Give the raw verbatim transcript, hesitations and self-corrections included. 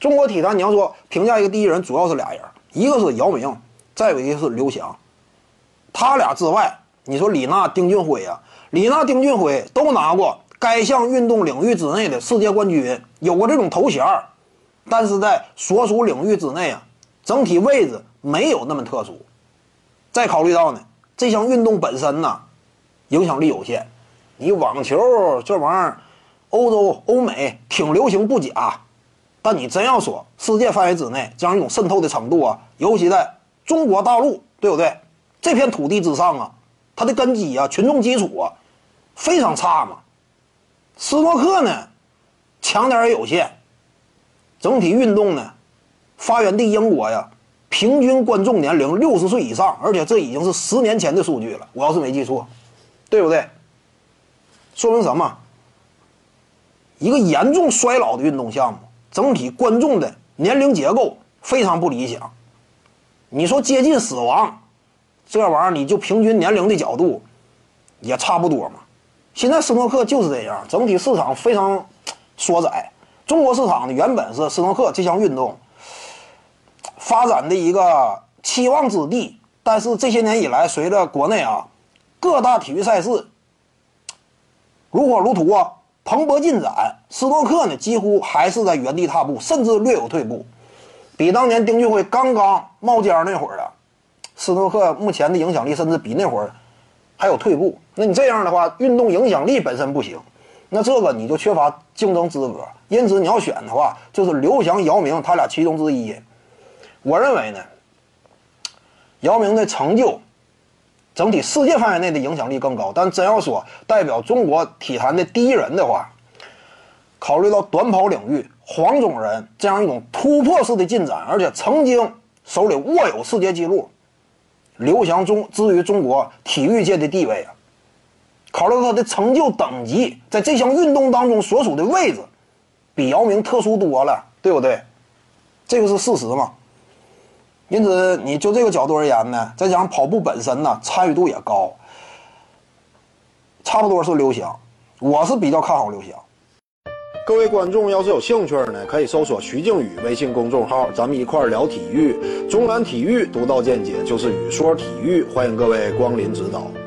中国体坛你要说评价一个第一人，主要是俩人，一个是姚明，再有一个是刘翔。他俩之外，你说李娜、丁俊晖啊，李娜、丁俊晖都拿过该项运动领域之内的世界冠军，有过这种头衔，但是在所属领域之内啊，整体位置没有那么特殊。再考虑到呢，这项运动本身呢，影响力有限。你网球这玩意儿，欧洲、欧美挺流行不假，但你真要说世界范围之内这样一种渗透的程度啊，尤其在中国大陆，对不对？这片土地之上啊，它的根基啊、群众基础啊，非常差嘛。斯诺克呢，强点也有限。整体运动呢，发源地英国呀，平均观众年龄六十岁以上，而且这已经是十年前的数据了，我要是没记错，对不对？说明什么？一个严重衰老的运动项目，整体观众的年龄结构非常不理想。你说接近死亡，这玩意儿你就平均年龄的角度也差不多嘛。现在斯诺克就是这样，整体市场非常缩窄。中国市场呢，原本是斯诺克这项运动发展的一个期望之地，但是这些年以来，随着国内啊各大体育赛事如火如荼啊，蓬勃进展，斯诺克呢几乎还是在原地踏步，甚至略有退步。比当年丁俊晖刚刚冒尖那会儿的斯诺克，目前的影响力甚至比那会儿还有退步。那你这样的话，运动影响力本身不行，那这个你就缺乏竞争资格。因此你要选的话，就是刘翔、姚明他俩其中之一。我认为呢，姚明的成就整体世界范围内的影响力更高，但真要说代表中国体坛的第一人的话，考虑到短跑领域黄种人这样一种突破式的进展，而且曾经手里握有世界纪录，刘翔中至于中国体育界的地位啊，考虑到他的成就等级，在这项运动当中所属的位置，比姚明特殊多了，对不对？这个是事实嘛。因此，你就这个角度而言呢，再加上跑步本身呢参与度也高，差不多是刘翔，我是比较看好刘翔。各位观众要是有兴趣呢，可以搜索徐静宇微信公众号，咱们一块聊体育。中南体育独到见解就是语说体育，欢迎各位光临指导。